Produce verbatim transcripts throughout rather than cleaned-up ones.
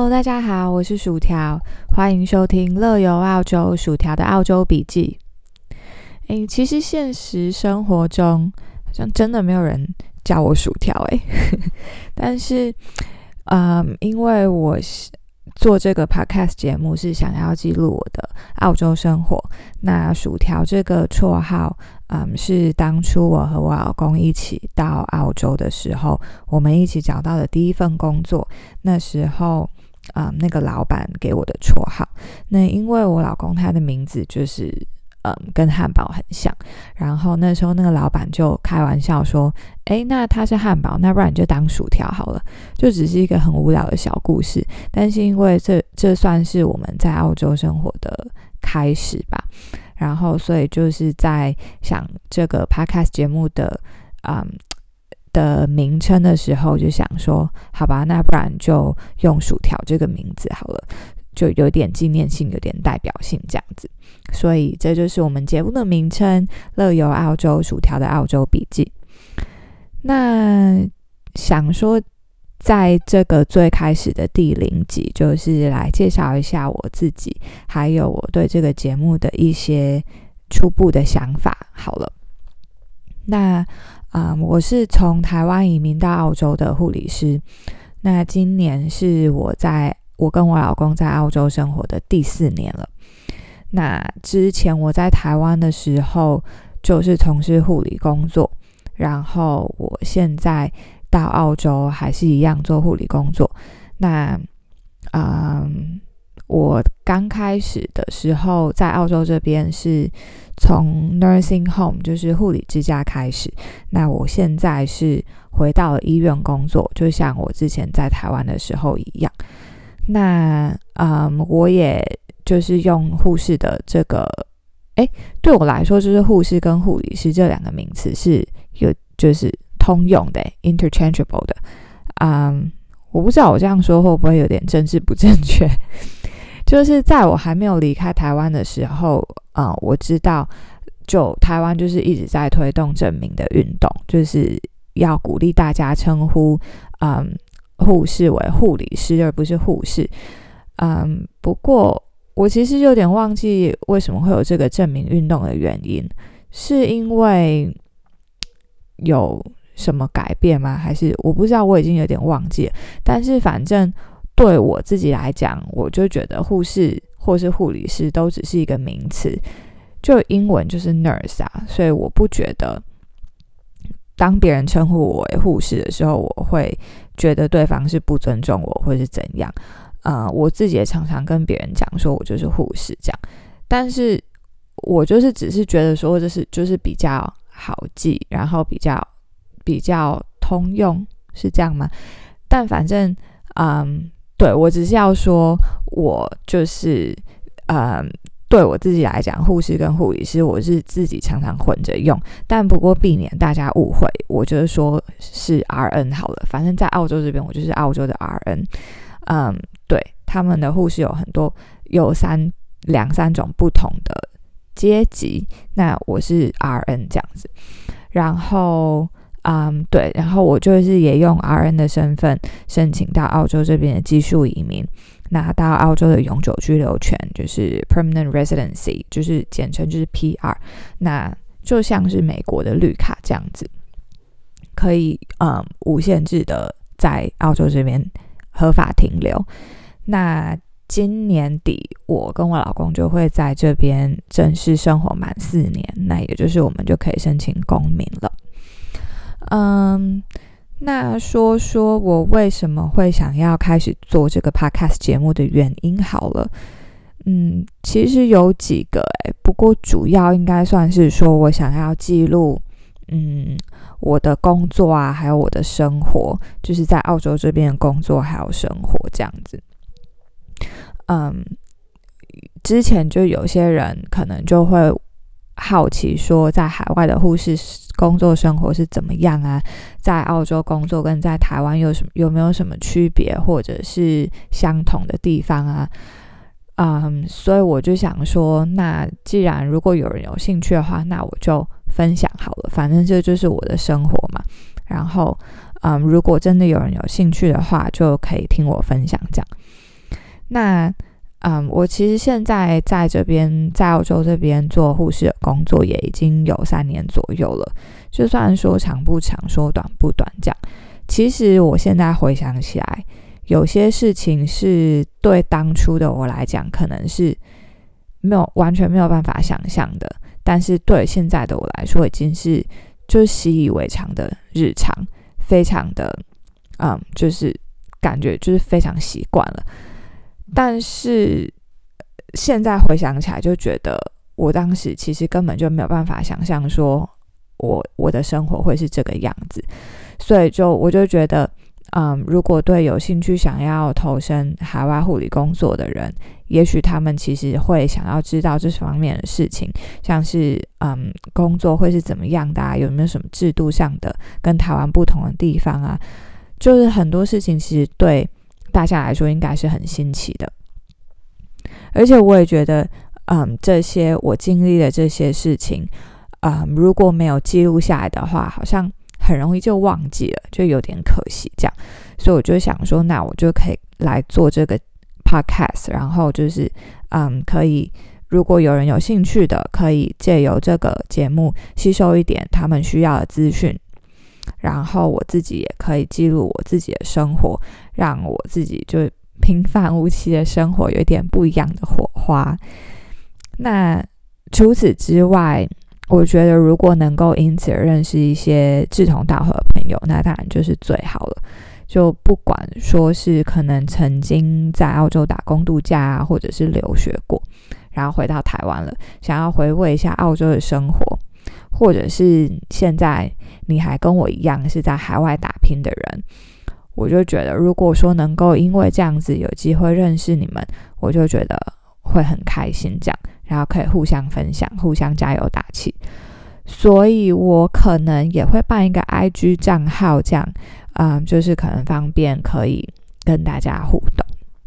Hello， 大家好，我是薯条，欢迎收听乐游澳洲薯条的澳洲笔记。诶，其实现实生活中好像真的没有人叫我薯条诶，但是，嗯，因为我做这个 podcast 节目是想要记录我的澳洲生活，那薯条这个绰号，嗯，是当初我和我老公一起到澳洲的时候，我们一起找到的第一份工作。那时候，嗯，那个老板给我的绰号。那因为我老公他的名字就是嗯跟汉堡很像，然后那时候那个老板就开玩笑说，诶，那他是汉堡，那不然你就当薯条好了。就只是一个很无聊的小故事，但是因为这这算是我们在澳洲生活的开始吧。然后所以就是在想这个 podcast 节目的嗯的名称的时候，就想说好吧，那不然就用薯条这个名字好了，就有点纪念性，有点代表性这样子。所以这就是我们节目的名称，乐游澳洲薯条的澳洲笔记。那想说在这个最开始的第零集，就是来介绍一下我自己，还有我对这个节目的一些初步的想法好了。那嗯，我是从台湾移民到澳洲的护理师，那今年是我在我跟我老公在澳洲生活的第四年了。那之前我在台湾的时候就是从事护理工作，然后我现在到澳洲还是一样做护理工作。那嗯，我刚开始的时候在澳洲这边是从 nursing home 就是护理之家开始，那我现在是回到了医院工作，就像我之前在台湾的时候一样。那嗯，我也就是用护士的这个诶对我来说就是护士跟护理师这两个名词是有就是通用的 interchangeable 的。嗯，我不知道我这样说会不会有点政治不正确。就是在我还没有离开台湾的时候，嗯，我知道就台湾就是一直在推动正名的运动，就是要鼓励大家称呼嗯护士为护理师而不是护士。嗯，不过我其实有点忘记为什么会有这个正名运动的原因，是因为有什么改变吗？还是我不知道，我已经有点忘记了。但是反正对我自己来讲，我就觉得护士或是护理师都只是一个名词，就英文就是 nurse 啊，所以我不觉得当别人称呼我为护士的时候，我会觉得对方是不尊重我或是怎样。呃，我自己也常常跟别人讲说我就是护士这样，但是我就是只是觉得说这是就是比较好记，然后比较比较通用，是这样吗？但反正嗯，对，我只是要说我就是嗯，对我自己来讲，护士跟护理师我是自己常常混着用，但不过避免大家误会，我就是说是 R N 好了，反正在澳洲这边我就是澳洲的 R N。嗯，对，他们的护士有很多，有三两三种不同的阶级，那我是 R N 这样子。然后嗯，对，然后我就是也用 R N 的身份申请到澳洲这边的技术移民，拿到澳洲的永久居留权，就是 Permanent Residency， 就是简称就是 P R， 那就像是美国的绿卡这样子，可以嗯无限制的在澳洲这边合法停留。那今年底我跟我老公就会在这边正式生活满四年，那也就是我们就可以申请公民了。嗯，那说说我为什么会想要开始做这个 podcast 节目的原因好了。嗯，其实有几个诶，不过主要应该算是说我想要记录嗯我的工作啊，还有我的生活，就是在澳洲这边的工作还有生活这样子。嗯，之前就有些人可能就会好奇说，在海外的护士工作生活是怎么样啊？在澳洲工作跟在台湾有什么有没有什么区别，或者是相同的地方啊？嗯，所以我就想说，那既然如果有人有兴趣的话，那我就分享好了，反正这就是我的生活嘛。然后，嗯，如果真的有人有兴趣的话，就可以听我分享这样。 那嗯，我其实现在在这边，在澳洲这边做护士的工作也已经有三年左右了。就算说长不长，说短不短这样，其实我现在回想起来，有些事情是对当初的我来讲，可能是没有完全没有办法想象的，但是对现在的我来说，已经是就是习以为常的日常，非常的嗯，就是感觉就是非常习惯了。但是现在回想起来，就觉得我当时其实根本就没有办法想象说我我的生活会是这个样子，所以就我就觉得，嗯，如果对有兴趣想要投身海外护理工作的人，也许他们其实会想要知道这方面的事情，像是嗯工作会是怎么样的啊，有没有什么制度上的跟台湾不同的地方啊，就是很多事情其实对大家来说应该是很新奇的。而且我也觉得嗯，这些我经历的这些事情嗯，如果没有记录下来的话，好像很容易就忘记了，就有点可惜这样。所以我就想说，那我就可以来做这个 podcast， 然后就是嗯，可以如果有人有兴趣的，可以借由这个节目吸收一点他们需要的资讯，然后我自己也可以记录我自己的生活，让我自己就平凡无奇的生活有一点不一样的火花。那除此之外，我觉得如果能够因此而认识一些志同道合的朋友，那当然就是最好了。就不管说是可能曾经在澳洲打工度假啊，或者是留学过，然后回到台湾了，想要回味一下澳洲的生活，或者是现在你还跟我一样是在海外打拼的人，我就觉得如果说能够因为这样子有机会认识你们，我就觉得会很开心这样，然后可以互相分享，互相加油打气。所以我可能也会办一个 I G 账号这样，嗯，就是可能方便可以跟大家互动。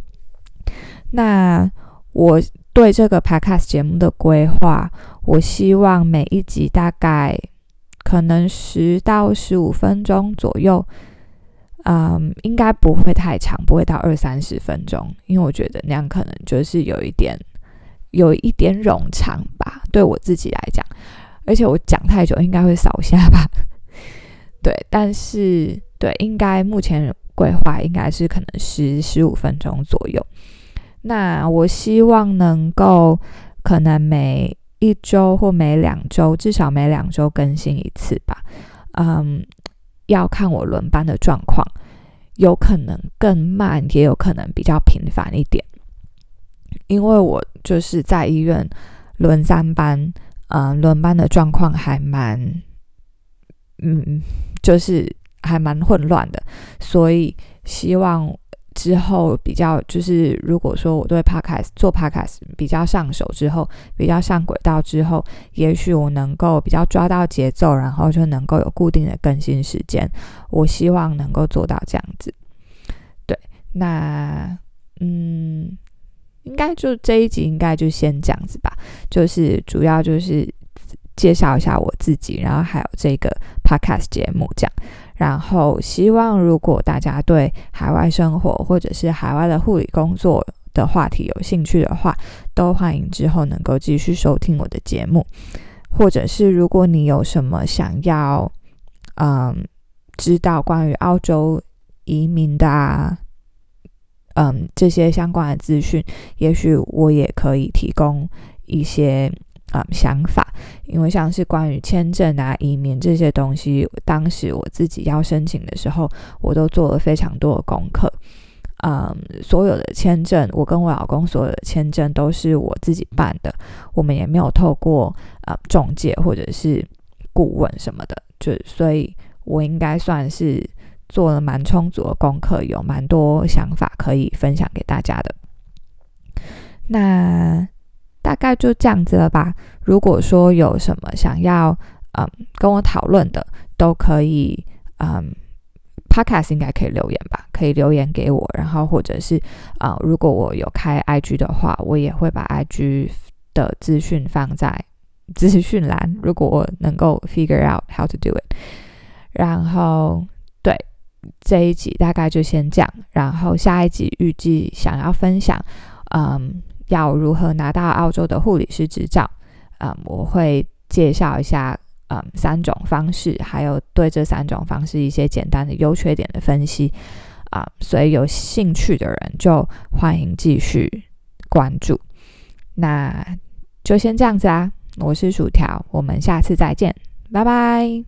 那我对这个 podcast 节目的规划，我希望每一集大概可能十到十五分钟左右，嗯，应该不会太长，不会到二三十分钟，因为我觉得那样可能就是有一点有一点冗长吧，对我自己来讲，而且我讲太久应该会扫下吧。对，但是对，应该目前规划应该是可能十十五分钟左右。那我希望能够可能每一周或每两周，至少每两周更新一次吧。嗯，要看我轮班的状况，有可能更慢，也有可能比较频繁一点。因为我就是在医院轮三班，嗯，轮班的状况还蛮，嗯，就是还蛮混乱的，所以希望之后比较就是如果说我对 podcast 做 podcast 比较上手之后，比较上轨道之后，也许我能够比较抓到节奏，然后就能够有固定的更新时间，我希望能够做到这样子。对，那嗯应该就这一集应该就先这样子吧，就是主要就是介绍一下我自己，然后还有这个 podcast 节目这样。然后希望如果大家对海外生活或者是海外的护理工作的话题有兴趣的话，都欢迎之后能够继续收听我的节目。或者是如果你有什么想要嗯知道关于澳洲移民的啊嗯这些相关的资讯，也许我也可以提供一些嗯，想法，因为像是关于签证啊、移民这些东西，当时我自己要申请的时候，我都做了非常多的功课。嗯，所有的签证，我跟我老公所有的签证都是我自己办的，我们也没有透过呃中介或者是顾问什么的，就所以我应该算是做了蛮充足的功课，有蛮多想法可以分享给大家的。那大概就这样子了吧。如果说有什么想要嗯跟我讨论的，都可以嗯 podcast 应该可以留言吧，可以留言给我，然后或者是呃如果我有开 I G 的话，我也会把 I G 的资讯放在资讯栏，如果我能够 figure out how to do it。然后对， 这一集大概就先这样，然后下一集预计想要分享嗯，要如何拿到澳洲的护理师执照，嗯，我会介绍一下嗯三种方式，还有对这三种方式一些简单的优缺点的分析啊、嗯，所以有兴趣的人就欢迎继续关注。那就先这样子啊，我是薯条，我们下次再见，拜拜。